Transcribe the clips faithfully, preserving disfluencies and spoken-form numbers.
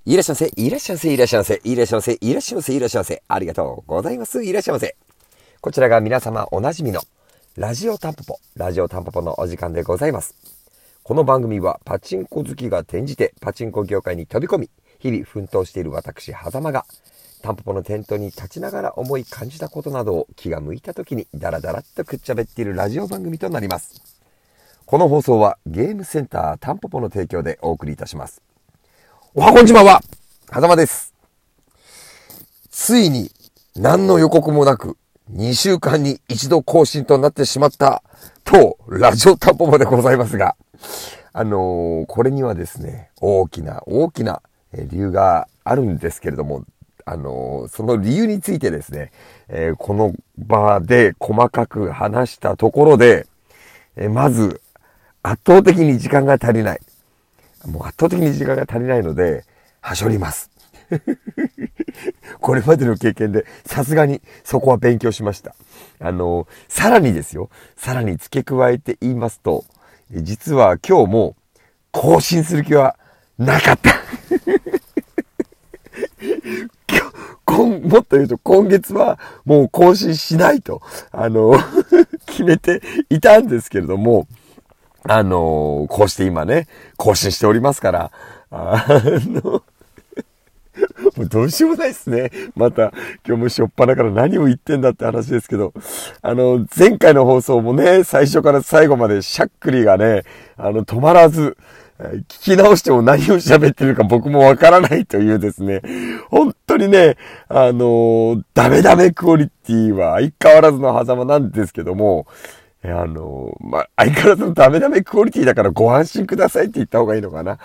いらっしゃいませ、いらっしゃいませ、いらっしゃいませ、いらっしゃいませ、いらっしゃいませ、いらっしゃいませ。ありがとうございます。いらっしゃいませ。こちらが皆様おなじみのラジオタンポポ、ラジオタンポポのお時間でございます。この番組はパチンコ好きが転じてパチンコ業界に飛び込み、日々奮闘している私、狭間がタンポポの店頭に立ちながら思い感じたことなどを気が向いた時にダラダラっとくっちゃべっているラジオ番組となります。この放送はゲームセンタータンポポの提供でお送りいたします。おはこんちまは、はざまです。ついに何の予告もなくにしゅうかんに一度更新となってしまった当ラジオタンポポでございますが、あのー、これにはですね、大きな大きな理由があるんですけれども、あのー、その理由についてですね、えー、この場で細かく話したところで、えー、まず圧倒的に時間が足りない。もう圧倒的に時間が足りないので、はしょります。これまでの経験で、さすがにそこは勉強しました。あの、さらにですよ、さらに付け加えて言いますと、実は今日も更新する気はなかった。今もっと言うと今月はもう更新しないと、あの、決めていたんですけれども、あのー、こうして今ね、更新しておりますから、あの、もうどうしようもないですね。また、今日もしょっぱなから何を言ってんだって話ですけど、あの、前回の放送もね、最初から最後までしゃっくりがね、あの、止まらず、聞き直しても何を喋ってるか僕もわからないというですね、本当にね、あのー、ダメダメクオリティは相変わらずの狭間なんですけども、あの、まあ、相変わらずのダメダメクオリティだからご安心くださいって言った方がいいのかな。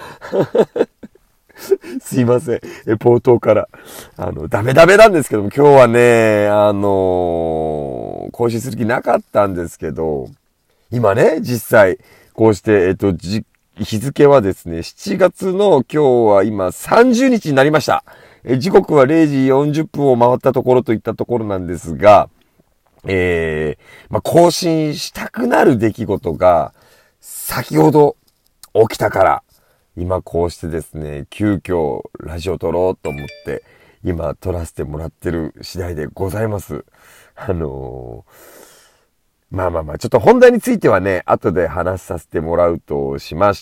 すいません。え、冒頭から。あの、ダメダメなんですけども、今日はね、あの、更新する気なかったんですけど、今ね、実際、こうして、えっと、じ、日付はですね、しちがつの今日は今さんじゅうにちになりました。え、時刻はれいじよんじゅっぷんを回ったところといったところなんですが、えー、まあ、更新したくなる出来事が先ほど起きたから、今こうしてですね、急遽ラジオ撮ろうと思って、今撮らせてもらってる次第でございます。あのー、まあまあまあ、ちょっと本題についてはね、後で話させてもらうとしまして、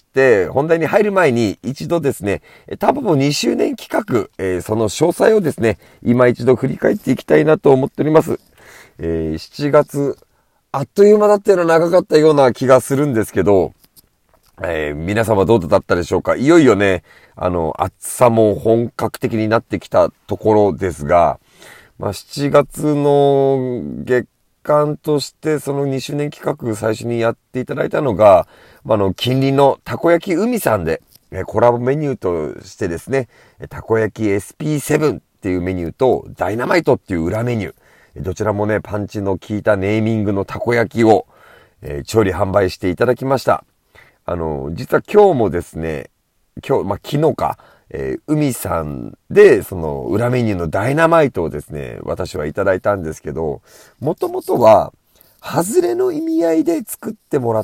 本題に入る前に一度ですね、タンポポにしゅうねん企画、えー、その詳細をですね、今一度振り返っていきたいなと思っております。えー、しちがつ、あっという間だったような長かったような気がするんですけど、えー、皆様どうだったでしょうか。いよいよね、あの、暑さも本格的になってきたところですが、まあ、しちがつの月間としてそのにしゅうねん企画最初にやっていただいたのが、まあ、あの、近隣のたこ焼き海さんで、えー、コラボメニューとしてですね、たこ焼き エスピーセブン っていうメニューと、ダイナマイトっていう裏メニュー、どちらもね、パンチの効いたネーミングのたこ焼きを、えー、調理販売していただきました。あの、実は今日もですね、今日、まあ、昨日か、えー、海さんで、その裏メニューのダイナマイトをですね、私はいただいたんですけど、もともとは、外れの意味合いで作ってもらった、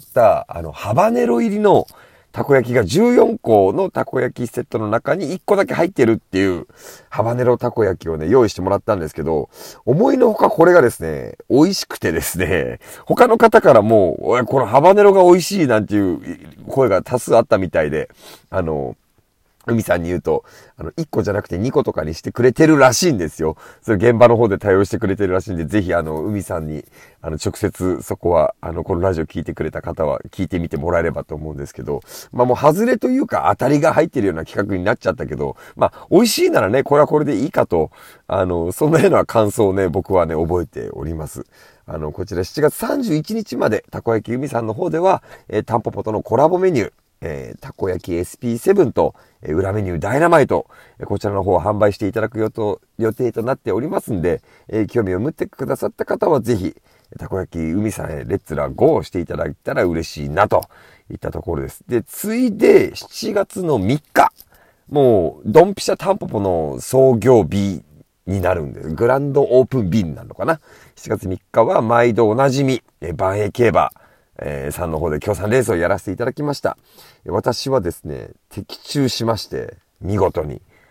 あの、ハバネロ入りの、たこ焼きがじゅうよんこのたこ焼きセットの中にいっこだけ入ってるっていうハバネロたこ焼きをね、用意してもらったんですけど、思いのほかこれがですね、美味しくてですね、他の方からも、おい、このハバネロが美味しいなんていう声が多数あったみたいで、あの、海さんに言うと、あの、いっこじゃなくてにことかにしてくれてるらしいんですよ。それ現場の方で対応してくれてるらしいんで、ぜひあの、海さんに、あの、直接そこは、あの、このラジオ聞いてくれた方は聞いてみてもらえればと思うんですけど、まあもう外れというか当たりが入ってるような企画になっちゃったけど、まあ、美味しいならね、これはこれでいいかと、あの、そんなような感想をね、僕はね、覚えております。あの、こちらしちがつさんじゅういちにちまで、たこ焼き海さんの方では、えー、タンポポとのコラボメニュー、えー、たこ焼き エスピーセブン と、えー、裏メニューダイナマイト、えー、こちらの方を販売していただく予定予定となっておりますんで、えー、興味を持ってくださった方はぜひ、たこ焼き海さんへレッツラゴーしていただいたら嬉しいなといったところです。で、ついでしちがつのみっか、もう、ドンピシャタンポポの創業日になるんです。グランドオープン日になるのかな。しちがつみっかは毎度おなじみ、えー、万栄競馬、えー、さんの方で協賛レースをやらせていただきました。私はですね、的中しまして、見事に。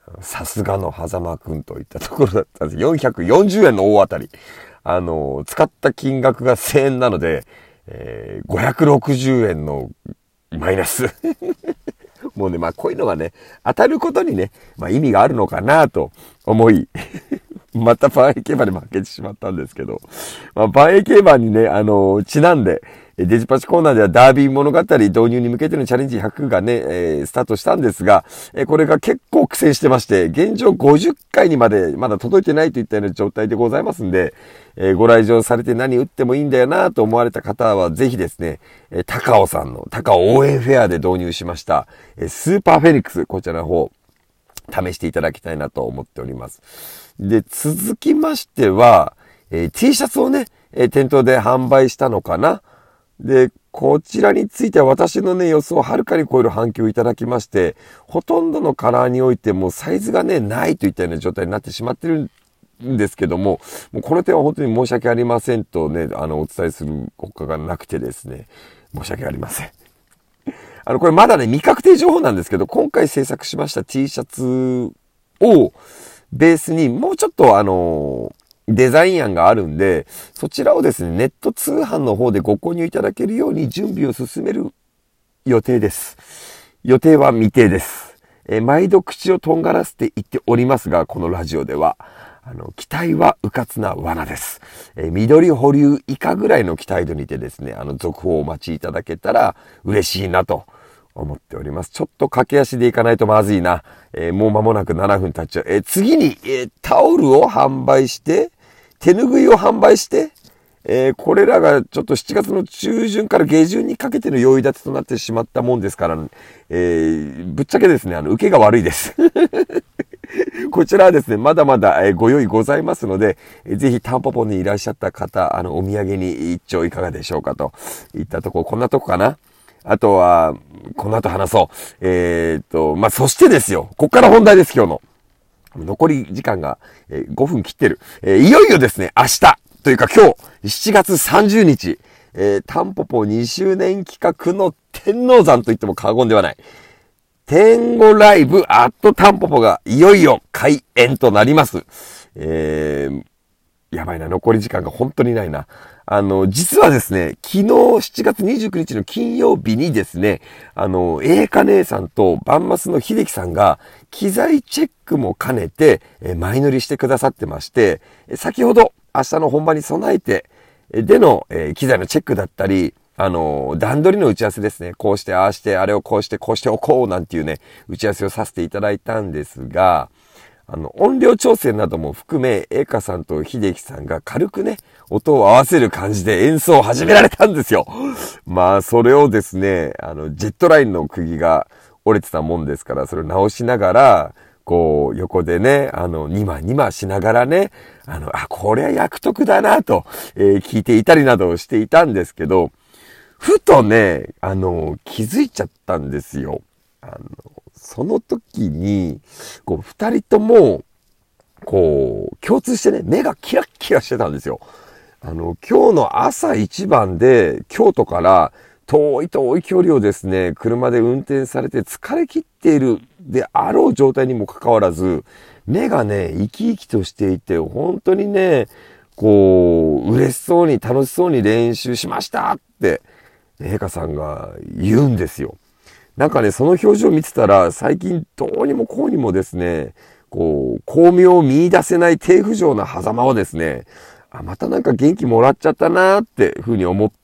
さすがの狭間くんといったところだったんです。よんひゃくよんじゅうえんの大当たり。あの、使った金額がせんえんなので、えー、ごひゃくろくじゅうえんのマイナス。もうね、まあこういうのがね、当たることにね、まあ意味があるのかなと思い、また万栄競馬で負けてしまったんですけど、まあ万栄競馬にね、あの、ちなんで、デジパチコーナーではダービー物語導入に向けてのチャレンジひゃくがね、えー、スタートしたんですが、えー、これが結構苦戦してまして、現状ごじゅっかいにまでまだ届いてないといったような状態でございますんで、えー、ご来場されて何打ってもいいんだよなと思われた方はぜひですね、えー、高尾さんの高尾応援フェアで導入しました、えー、スーパーフェニックス、こちらの方、試していただきたいなと思っております。で、続きましては、えー、T シャツをね、えー、店頭で販売したのかな。で、こちらについては私のね、予想をはるかに超える反響をいただきまして、ほとんどのカラーにおいてもサイズがね、ないといったような状態になってしまってるんですけども、もうこの点は本当に申し訳ありませんとね、あの、お伝えする他がなくてですね、申し訳ありません。あの、これまだね、未確定情報なんですけど、今回制作しました T シャツをベースにもうちょっとあの、デザイン案があるんで、そちらをですね、ネット通販の方でご購入いただけるように準備を進める予定です。予定は未定です。えー、毎度口をとんがらせて言っておりますが、このラジオでは、あの、期待は迂闊な罠です。えー、緑保留以下ぐらいの期待度にてですね、あの、続報をお待ちいただけたら嬉しいなと思っております。ちょっと駆け足でいかないとまずいな。えー、もう間もなくななふん経っちゃう。えー、次に、えー、タオルを販売して、手拭いを販売して、えー、これらがちょっとしちがつの中旬から下旬にかけての用意立てとなってしまったもんですから、えー、ぶっちゃけですね、あの、受けが悪いです。こちらはですね、まだまだ、えー、ご用意ございますので、えー、ぜひタンポポにいらっしゃった方、あの、お土産に一丁いかがでしょうかといったところ、こんなとこかな。あとは、この後話そう。えー、っと、まあ、そしてですよ、こっから本題です、今日の。残り時間がごふん切ってる。えー、いよいよですね、明日というか今日、しちがつさんじゅうにち、えー、タンポポにしゅうねん企画の天王山と言っても過言ではない。天狗ライブアットタンポポがいよいよ開演となります。えー、やばいな、残り時間が本当にないな。あの、実はですね、昨日しちがつにじゅうくにちの金曜日にですね、あの、栄華姉さんとバンマスの秀樹さんが機材チェックも兼ねて、え前乗りしてくださってまして、先ほど明日の本番に備えて、での、えー、機材のチェックだったり、あの、段取りの打ち合わせですね。こうして、ああして、あれをこうして、こうしておこうなんていうね、打ち合わせをさせていただいたんですが、あの、音量調整なども含め、栄華さんと秀樹さんが軽くね、音を合わせる感じで演奏を始められたんですよ。まあ、それをですね、あの、ジェットラインの釘が折れてたもんですから、それを直しながら、こう、横でね、あの、ニマニマしながらね、あの、あ、これは役得だなと、えー、聞いていたりなどをしていたんですけど、ふとね、あの、気づいちゃったんですよ。あの、その時に、こう、二人とも、こう、共通してね、目がキラッキラしてたんですよ。あの、今日の朝一番で、京都から遠い遠い距離をですね、車で運転されて疲れ切っているであろう状態にもかかわらず、目がね、生き生きとしていて、本当にね、こう、嬉しそうに楽しそうに練習しましたって、陛下さんが言うんですよ。なんかね、その表情を見てたら、最近どうにもこうにもですね、こう、巧妙を見出せない低浮上な狭間をですね、あ、またなんか元気もらっちゃったなーってふうに思って、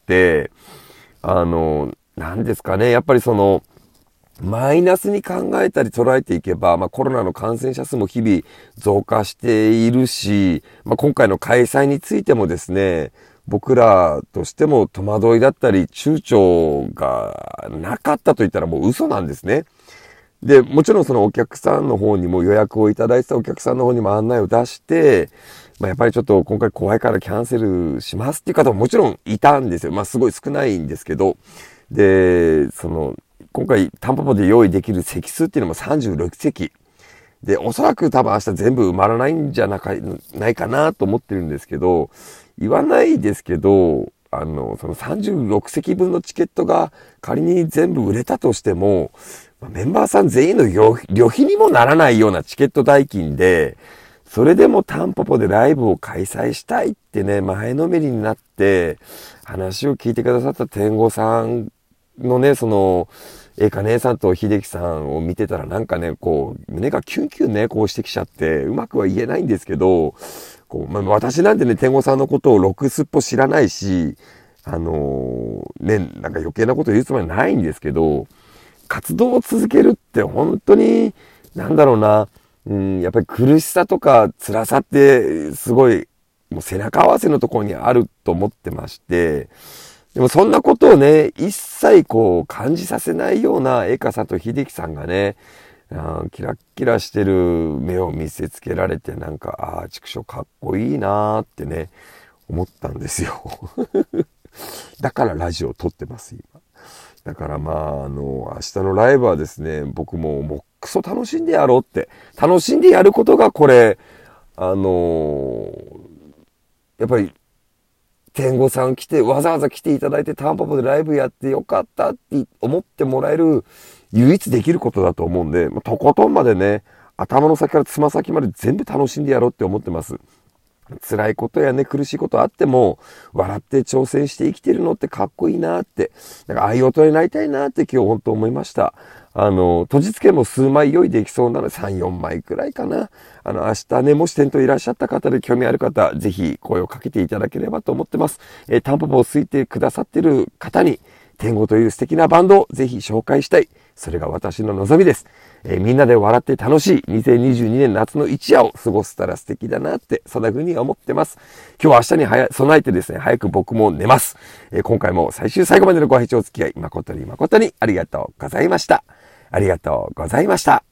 あの、なんですかね、やっぱりその、マイナスに考えたり捉えていけば、まあコロナの感染者数も日々増加しているし、まあ今回の開催についてもですね、僕らとしても戸惑いだったり躊躇がなかったと言ったらもう嘘なんですね。で、もちろんそのお客さんの方にも予約をいただいてたお客さんの方にも案内を出して、まあやっぱりちょっと今回怖いからキャンセルしますっていう方ももちろんいたんですよ。まあすごい少ないんですけど。で、その、今回タンポポで用意できる席数っていうのもさんじゅうろくせき。で、おそらく多分明日全部埋まらないんじゃなか、ないかなと思ってるんですけど、言わないですけど、あの、そのさんじゅうろくせきぶんのチケットが仮に全部売れたとしても、 メンバーさん全員の旅費にもならないようなチケット代金で、それでもタンポポでライブを開催したいってね、前のめりになって、話を聞いてくださった天狗さんのね、その、えか姉さんと秀樹さんを見てたらなんかね、こう、胸がキュンキュンね、こうしてきちゃって、うまくは言えないんですけど、こう、まあ、私なんてね、天狗さんのことをろくすっぽ知らないし、あのー、ね、なんか余計なこと言うつもりはないんですけど、活動を続けるって本当に、なんだろうな、うん、やっぱり苦しさとか辛さってすごいもう背中合わせのところにあると思ってまして、でもそんなことをね、一切こう感じさせないようなエカさんと秀樹さんがね、あキラッキラしてる目を見せつけられてなんか、ああ、畜生かっこいいなーってね、思ったんですよ。だからラジオを撮ってます、今。だからまあ、あの、明日のライブはですね、僕ももうクソ楽しんでやろうって。楽しんでやることがこれ、あのやっぱり、天狗さん来て、わざわざ来ていただいてタンポポでライブやってよかったって思ってもらえる唯一できることだと思うんで、とことんまでね、頭の先からつま先まで全部楽しんでやろうって思ってます。辛いことやね、苦しいことあっても、笑って挑戦して生きてるのってかっこいいなって、なんかああいう大人になりたいなって今日本当思いました。あの、閉じつけも数枚用意できそうなのでさん、よんまいくらいかな。あの、明日ね、もし店頭いらっしゃった方で興味ある方、ぜひ声をかけていただければと思ってます。えー、タンポポを好いてくださってる方に、天狗という素敵なバンドをぜひ紹介したい。それが私の望みです。えー、みんなで笑って楽しいにせんにじゅうにねん夏の一夜を過ごせたら素敵だなって、そんな風に思ってます。今日は明日に早備えてですね、早く僕も寝ます。えー、今回も最終最後までのご拝聴お付き合い、誠に誠にありがとうございました。ありがとうございました。